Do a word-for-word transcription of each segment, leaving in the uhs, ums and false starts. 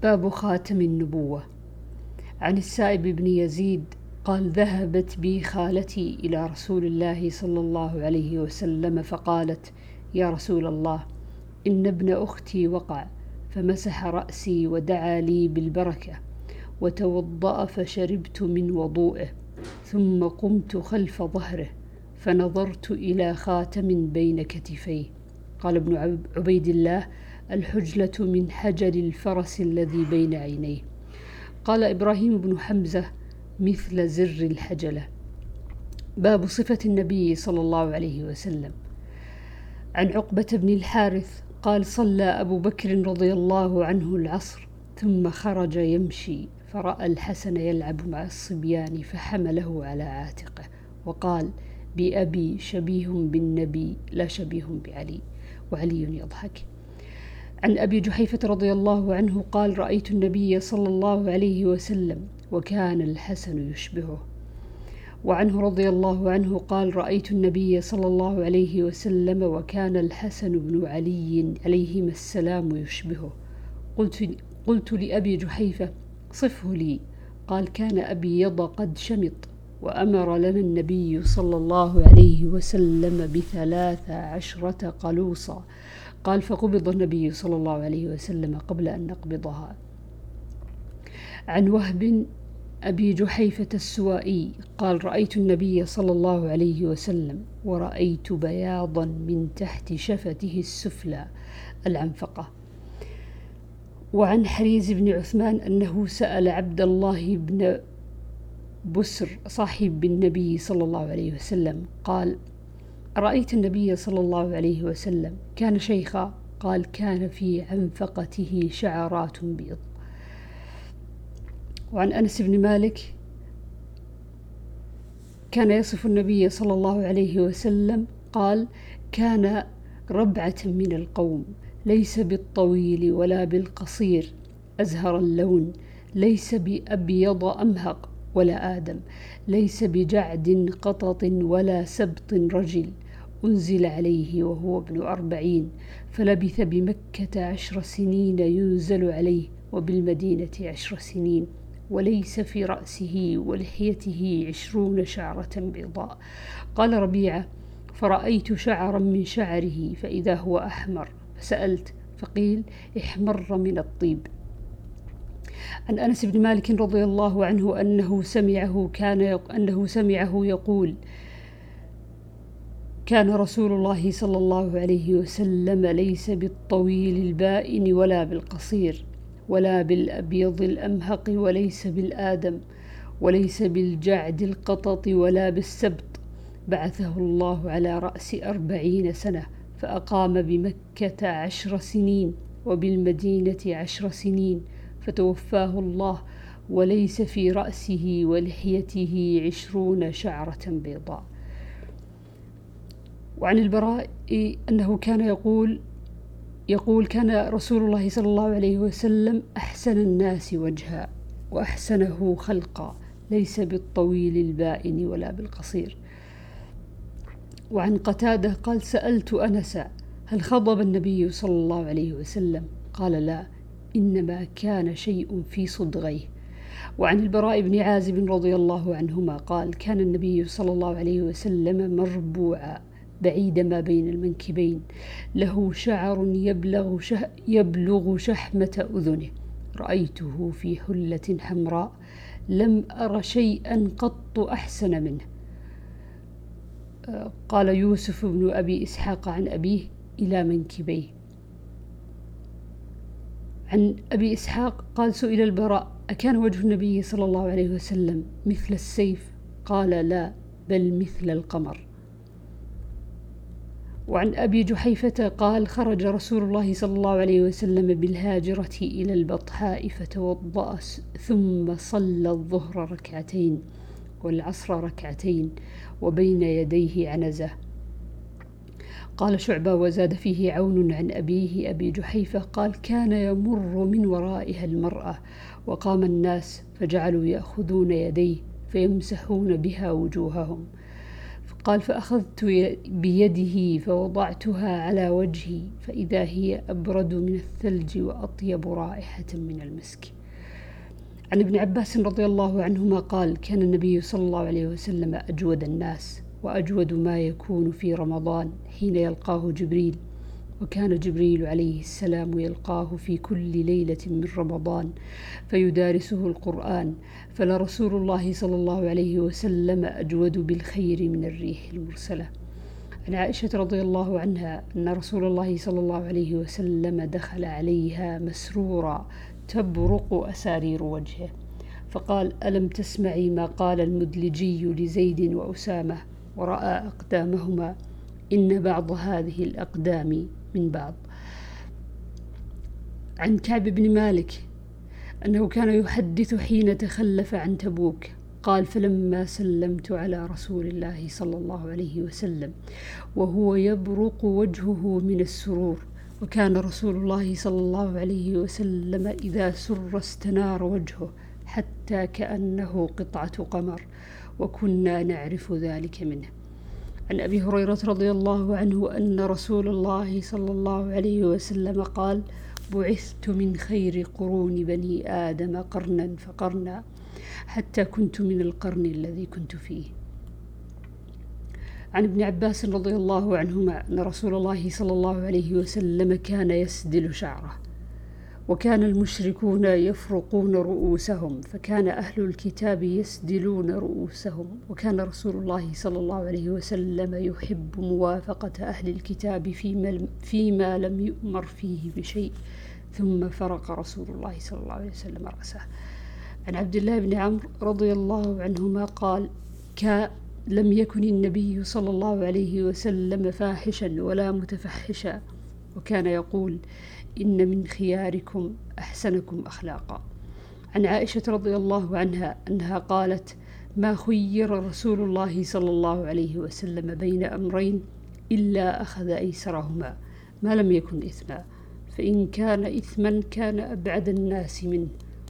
باب خاتم النبوة. عن السائب بن يزيد قال: ذهبت بي خالتي إلى رسول الله صلى الله عليه وسلم فقالت: يا رسول الله، إن ابن أختي وقع، فمسح رأسي ودعا لي بالبركة، وتوضأ فشربت من وضوئه، ثم قمت خلف ظهره فنظرت إلى خاتم بين كتفيه. قال ابن عبيد الله: الحجلة من حجر الفرس الذي بين عينيه. قال إبراهيم بن حمزة: مثل زر الحجلة. باب صفة النبي صلى الله عليه وسلم. عن عقبة بن الحارث قال: صلى أبو بكر رضي الله عنه العصر، ثم خرج يمشي، فرأى الحسن يلعب مع الصبيان فحمله على عاتقه وقال: بأبي شبيه بالنبي لا شبيه بعلي، وعلي يضحك. عن أبي جحيفة رضي الله عنه قال: رأيت النبي صلى الله عليه وسلم وكان الحسن يشبهه. وعنه رضي الله عنه قال: رأيت النبي صلى الله عليه وسلم وكان الحسن بن علي عليهما السلام يشبهه. قلت, قلت لأبي جحيفة: صفه لي. قال: كان أبيض قد شمط، وأمر لنا النبي صلى الله عليه وسلم بثلاث عشرة قلوصا. قال: فقبض النبي صلى الله عليه وسلم قبل أن نقبضها. عن وهب أبي جحيفة السوائي قال: رأيت النبي صلى الله عليه وسلم ورأيت بياضا من تحت شفته السفلى العنفقة. وعن حريز بن عثمان أنه سأل عبد الله بن بسر صاحب النبي صلى الله عليه وسلم قال: رأيت النبي صلى الله عليه وسلم كان شيخا؟ قال: كان في عنفقته شعرات بيض. وعن أنس بن مالك كان يصف النبي صلى الله عليه وسلم قال: كان ربعة من القوم، ليس بالطويل ولا بالقصير، أزهر اللون، ليس بأبيض أمهق ولا آدم، ليس بجعد قطط ولا سبط رجل، أنزل عليه وهو ابن أربعين، فلبث بمكة عشر سنين ينزل عليه، وبالمدينة عشر سنين، وليس في رأسه ولحيته عشرون شعرة بيضاء. قال ربيعة: فرأيت شعرا من شعره فإذا هو أحمر، فسألت فقيل: احمر من الطيب. عن أنس بن مالك رضي الله عنه أنه سمعه كان أنه سمعه يقول: كان رسول الله صلى الله عليه وسلم ليس بالطويل البائن ولا بالقصير، ولا بالأبيض الأمهق، وليس بالآدم، وليس بالجعد القطط، ولا بالسبط. بعثه الله على رأس أربعين سنة، فأقام بمكة عشر سنين، وبالمدينة عشر سنين، فتوفاه الله وليس في رأسه ولحيته عشرون شعرة بيضاء. وعن البراء أنه كان يقول يقول كان رسول الله صلى الله عليه وسلم أحسن الناس وجها وأحسنه خلقا، ليس بالطويل البائن ولا بالقصير. وعن قتادة قال: سألت أنسا: هل خضب النبي صلى الله عليه وسلم؟ قال: لا، إنما كان شيء في صدغيه. وعن البراء بن عازب رضي الله عنهما قال: كان النبي صلى الله عليه وسلم مربوعا بعيد ما بين المنكبين، له شعر يبلغ, شه يبلغ شحمة أذنه، رأيته في حلة حمراء، لم أر شيئا قط أحسن منه. قال يوسف بن أبي إسحاق عن أبيه: إلى منكبيه. عن أبي إسحاق قال: سئل البراء: أكان وجه النبي صلى الله عليه وسلم مثل السيف؟ قال: لا، بل مثل القمر. وعن أبي جحيفة قال: خرج رسول الله صلى الله عليه وسلم بالهاجرة إلى البطحاء فتوضأ، ثم صلى الظهر ركعتين والعصر ركعتين، وبين يديه عنزة. قال شعبة: وزاد فيه عون عن أبيه أبي جحيفة قال: كان يمر من ورائها المرأة، وقام الناس فجعلوا يأخذون يديه فيمسحون بها وجوههم، قال فأخذت بيده فوضعتها على وجهي فإذا هي أبرد من الثلج وأطيب رائحة من المسك. عن ابن عباس رضي الله عنهما قال كان النبي صلى الله عليه وسلم أجود الناس، وأجود ما يكون في رمضان حين يلقاه جبريل، وكان جبريل عليه السلام يلقاه في كل ليلة من رمضان فيدارسه القرآن، فلرسول الله صلى الله عليه وسلم أجود بالخير من الريح المرسلة. عن عائشة رضي الله عنها أن رسول الله صلى الله عليه وسلم دخل عليها مسرورا تبرق أسارير وجهه، فقال ألم تسمعي ما قال المدلجي لزيد وأسامة ورأى أقدامهما إن بعض هذه الأقدام من بعض. عن كعب بن مالك أنه كان يحدث حين تخلف عن تبوك قال فلما سلمت على رسول الله صلى الله عليه وسلم وهو يبرق وجهه من السرور، وكان رسول الله صلى الله عليه وسلم إذا سر استنار وجهه حتى كأنه قطعة قمر، وكنا نعرف ذلك منه. عن أبي هريرة رضي الله عنه أن رسول الله صلى الله عليه وسلم قال بعثت من خير قرون بني آدم قرنا فقرنا حتى كنت من القرن الذي كنت فيه. عن ابن عباس رضي الله عنهما أن رسول الله صلى الله عليه وسلم كان يسدل شعره، وكان المشركون يفرقون رؤوسهم، فكان أهل الكتاب يسدلون رؤوسهم، وكان رسول الله صلى الله عليه وسلم يحب موافقة أهل الكتاب فيما, فيما لم يؤمر فيه بشيء، ثم فرق رسول الله صلى الله عليه وسلم رأسه. عن عبد الله بن عمرو رضي الله عنهما قال لم يكن النبي صلى الله عليه وسلم فاحشا ولا متفحشا، وكان يقول إن من خياركم أحسنكم أخلاقا. عن عائشة رضي الله عنها أنها قالت ما خير رسول الله صلى الله عليه وسلم بين أمرين إلا أخذ أيسرهما ما لم يكن إثما، فإن كان إثما كان أبعد الناس منه.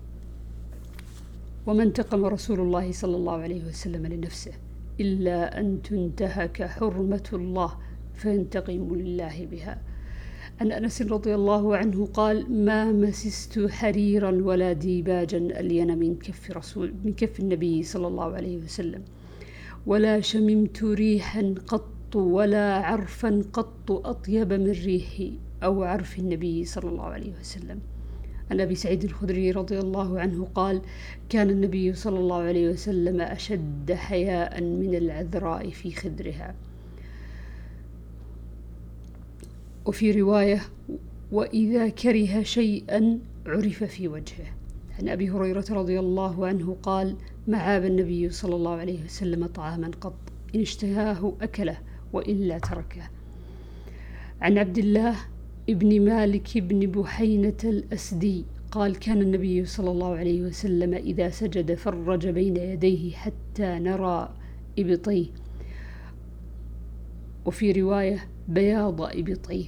وما انتقم رسول الله صلى الله عليه وسلم لنفسه إلا أن تنتهك حرمة الله فينتقم لله بها. عن أنس رضي الله عنه قال ما مسست حريرا ولا ديباجا ألين من كف, رسول من كف النبي صلى الله عليه وسلم، ولا شممت ريحا قط ولا عرفا قط أطيب من ريح أو عرف النبي صلى الله عليه وسلم. عن أبي سعيد الخدري رضي الله عنه قال كان النبي صلى الله عليه وسلم أشد حياء من العذراء في خدرها. وفي رواية وإذا كره شيئا عرف في وجهه. عن أبي هريرة رضي الله عنه قال ما عاب النبي صلى الله عليه وسلم طعاما قط إن اشتهاه أكله وإلا تركه. عن عبد الله ابن مالك بن بحينة الأسدي قال كان النبي صلى الله عليه وسلم إذا سجد فرج بين يديه حتى نرى إبطيه، وفي رواية بياض إبطيه.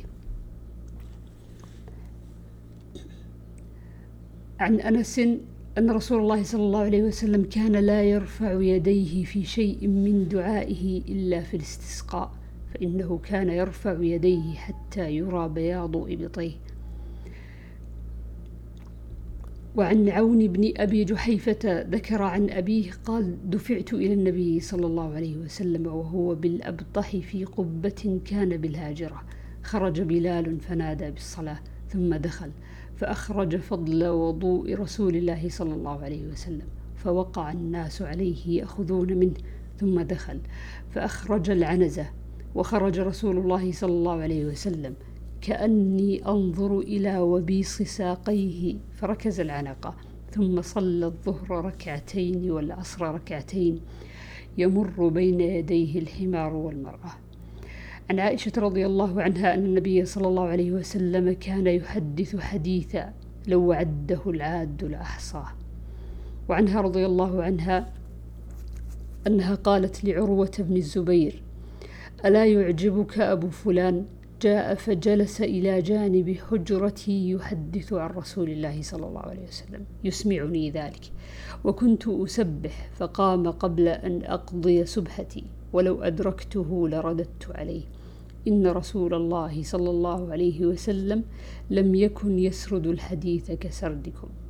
عن أنس أن رسول الله صلى الله عليه وسلم كان لا يرفع يديه في شيء من دعائه إلا في الاستسقاء، فإنه كان يرفع يديه حتى يرى بياض إبطيه. وعن عون بن أبي جحيفة ذكر عن أبيه قال دفعت إلى النبي صلى الله عليه وسلم وهو بالأبطح في قبة كان بالهاجرة، خرج بلال فنادى بالصلاة ثم دخل فأخرج فضل وضوء رسول الله صلى الله عليه وسلم، فوقع الناس عليه يأخذون منه، ثم دخل فأخرج العنزة، وخرج رسول الله صلى الله عليه وسلم كأني أنظر إلى وبيص ساقيه فركز العنقة، ثم صلى الظهر ركعتين والعصر ركعتين يمر بين يديه الحمار والمرأة. عن عائشة رضي الله عنها أن النبي صلى الله عليه وسلم كان يحدث حديثا لو عده العاد لأحصاه. وعنها رضي الله عنها أنها قالت لعروة بن الزبير ألا يعجبك أبو فلان؟ جاء فجلس إلى جانب حجرتي يحدث عن رسول الله صلى الله عليه وسلم يسمعني ذلك، وكنت أسبح فقام قبل أن أقضي سبحتي، ولو أدركته لرددت عليه. إن رسول الله صلى الله عليه وسلم لم يكن يسرد الحديث كسردكم.